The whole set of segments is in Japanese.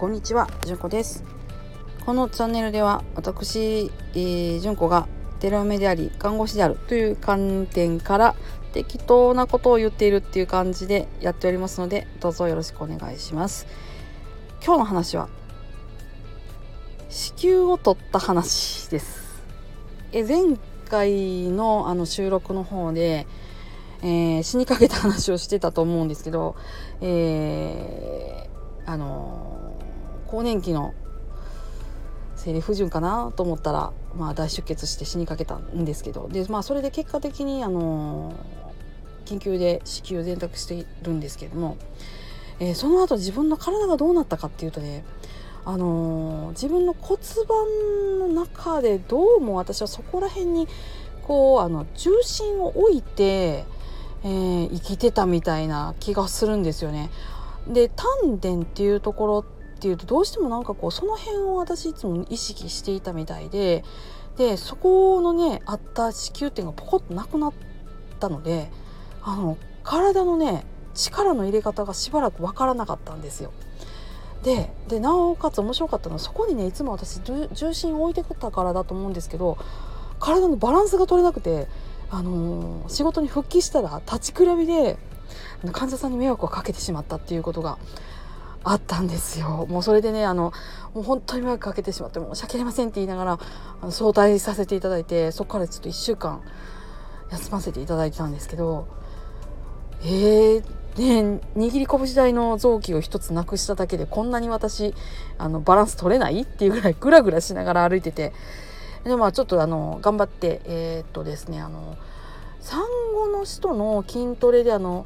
こんにちは、じゅんこです。このチャンネルでは私、じゅんこがテロメであり看護師であるという観点から適当なことを言っているっていう感じでやっておりますので、どうぞよろしくお願いします。今日の話は子宮を取った話です。前回の収録の方で、死にかけた話をしてたと思うんですけど、更年期の生理不順かなと思ったら、大出血して死にかけたんですけど、でそれで結果的に緊急で子宮全摘しているんですけども、その後自分の体がどうなったかっていうとね、自分の骨盤の中でどうも私はそこら辺に重心を置いて、生きてたみたいな気がするんですよね。で、丹田っていうところっていうとどうしてもその辺を私いつも意識していたみたいで、そこのねあった子宮点がポコッとなくなったので、体のね力の入れ方がしばらくわからなかったんですよ。でなおかつ面白かったのは、そこにねいつも私重心を置いてたからだと思うんですけど、体のバランスが取れなくて、仕事に復帰したら立ちくらみで患者さんに迷惑をかけてしまったっていうことがあったんですよ。もうそれでねもう本当に迷惑かけてしまって申し訳ありませんって言いながら早退させていただいて、そこからちょっと1週間休ませていただいてたんですけど、握り拳大の臓器を一つなくしただけでこんなに私バランス取れないっていうぐらいグラグラしながら歩いてて、でちょっと頑張ってですね産後の人の筋トレで骨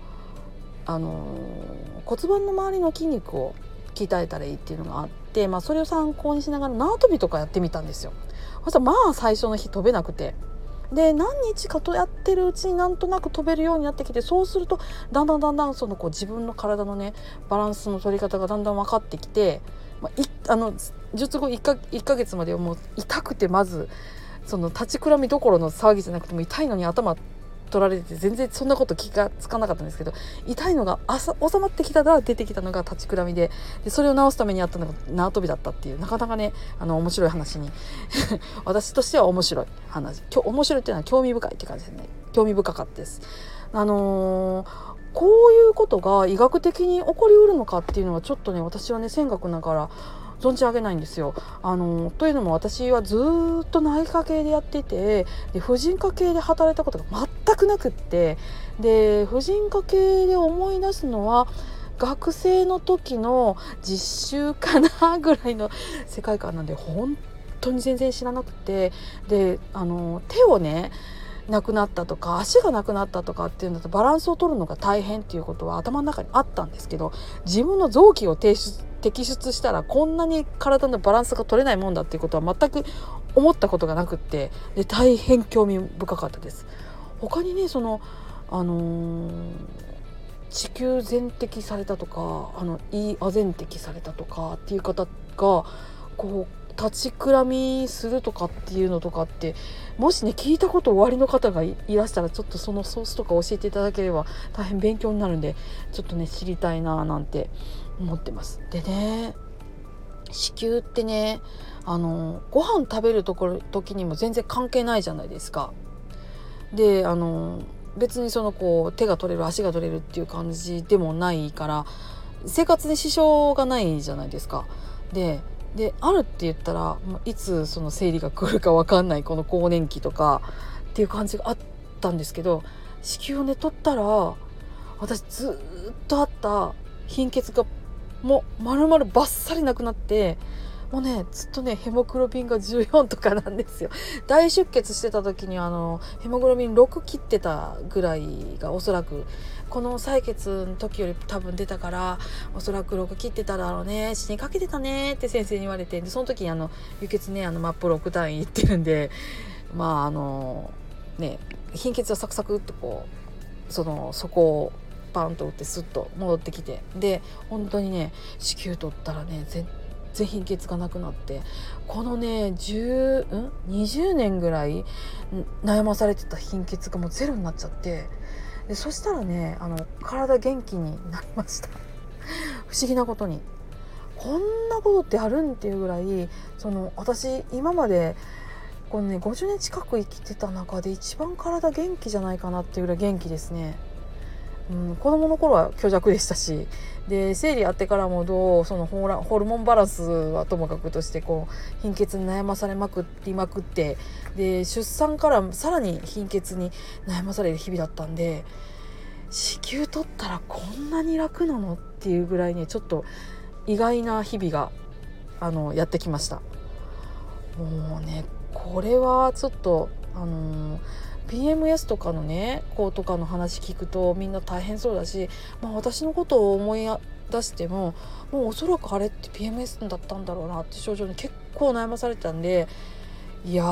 盤の周りの筋肉を鍛えたらいいっていうのがあって、それを参考にしながら縄跳びとかやってみたんですよ。そしたら最初の日飛べなくて、で何日かとやってるうちになんとなく飛べるようになってきて、そうするとだんだん自分の体のねバランスの取り方がだんだん分かってきて、術後1ヶ月まではもう痛くて、まず立ちくらみどころの騒ぎじゃなくても痛いのに頭取られて全然そんなこと気がつかなかったんですけど、痛いのが収まってきたら出てきたのが立ちくらみで、それを治すためにやったのが縄跳びだったっていう、なかなかね面白い話に私としては面白い話、面白いっていうのは興味深いって感じですね。興味深かったです。こういうことが医学的に起こりうるのかっていうのはちょっとね私はね専学ながら存じ上げないんですよ。というのも私はずっと内科系でやってて、で婦人科系で働いたことが全くなくって、で婦人科系で思い出すのは学生の時の実習かなぐらいの世界観なんで、本当に全然知らなくて、で手をねなくなったとか足がなくなったとかっていうのとバランスを取るのが大変っていうことは頭の中にあったんですけど、自分の臓器を摘出したらこんなに体のバランスが取れないもんだっていうことは全く思ったことがなくって、で大変興味深かったです。他にね子宮全摘されたとか胃あ全摘されたとかっていう方が立ちくらみするとかっていうのとかって、もしね聞いたことおありの方が いらしたら、ちょっとそのソースとか教えていただければ大変勉強になるんで、ちょっとね知りたいななんて思ってます。でね、子宮ってねご飯食べる時にも全然関係ないじゃないですか。で別に手が取れる足が取れるっていう感じでもないから生活に支障がないじゃないですか。であるって言ったらいつその生理が来るか分かんないこの更年期とかっていう感じがあったんですけど、子宮をね取ったら私ずっとあった貧血がもう丸々バッサリなくなって、もうねずっとねヘモグロビンが14とかなんですよ。大出血してた時にヘモグロビン6切ってたぐらいがおそらくこの採血の時より多分出たから、おそらく6切ってただろうね、死にかけてたねって先生に言われて、でその時に輸血ねマップ6単位いってるんで、貧血はサクサクっとそこをパンと打ってスッと戻ってきて、で本当にね子宮取ったらね全然貧血がなくなって、このね20年ぐらい悩まされてた貧血がもうゼロになっちゃって、でそしたらね体元気になりました不思議なことにこんなことってあるんっていうぐらい、私今までこのね50年近く生きてた中で一番体元気じゃないかなっていうぐらい元気ですね。子供の頃は虚弱でしたし、で生理あってからもホルモンバランスはともかくとして貧血に悩まされまくって、で出産からさらに貧血に悩まされる日々だったんで、子宮取ったらこんなに楽なのっていうぐらいね、ちょっと意外な日々がやってきました。もうねこれはちょっとPMS とかのね子とかの話聞くとみんな大変そうだし、私のことを思い出してももうおそらくあれって PMS だったんだろうなって症状に結構悩まされてたんで、いや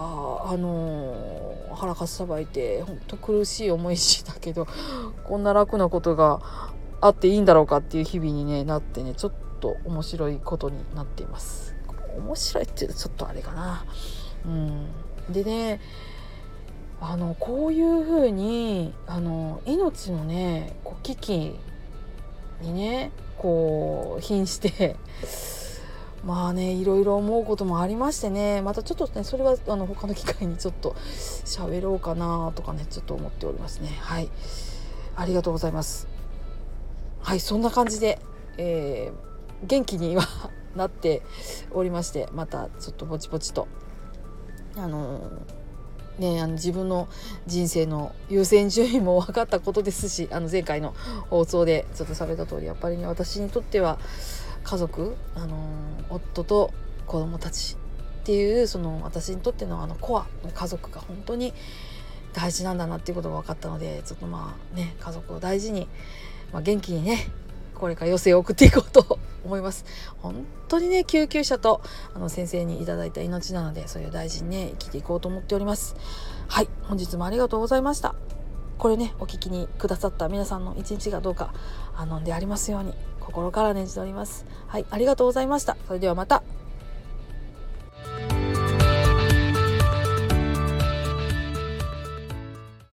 ー腹かっさばいて本当苦しい思いしたけど、こんな楽なことがあっていいんだろうかっていう日々に、ね、なってね、ちょっと面白いことになっています。面白いって言うとちょっとあれかな。でね、こういうふうに命のね危機にね瀕していろいろ思うこともありましてね、またちょっとねそれは他の機会にちょっと喋ろうかなとかねちょっと思っておりますね。はい、ありがとうございます。はい、そんな感じで、元気にはなっておりまして、またちょっとぼちぼちと自分の人生の優先順位も分かったことですし、前回の放送でちょっと喋った通り、やっぱりね私にとっては家族、夫と子供たちっていう私にとってのコアの家族が本当に大事なんだなっていうことが分かったので、ちょっと家族を大事に、元気にねこれから余生を送っていこうと思います。本当にね救急車と先生にいただいた命なので、そういう大事にね生きていこうと思っております。はい、本日もありがとうございました。これねお聞きにくださった皆さんの一日がどうかでありますように心から念じております。はい、ありがとうございました。それではまた。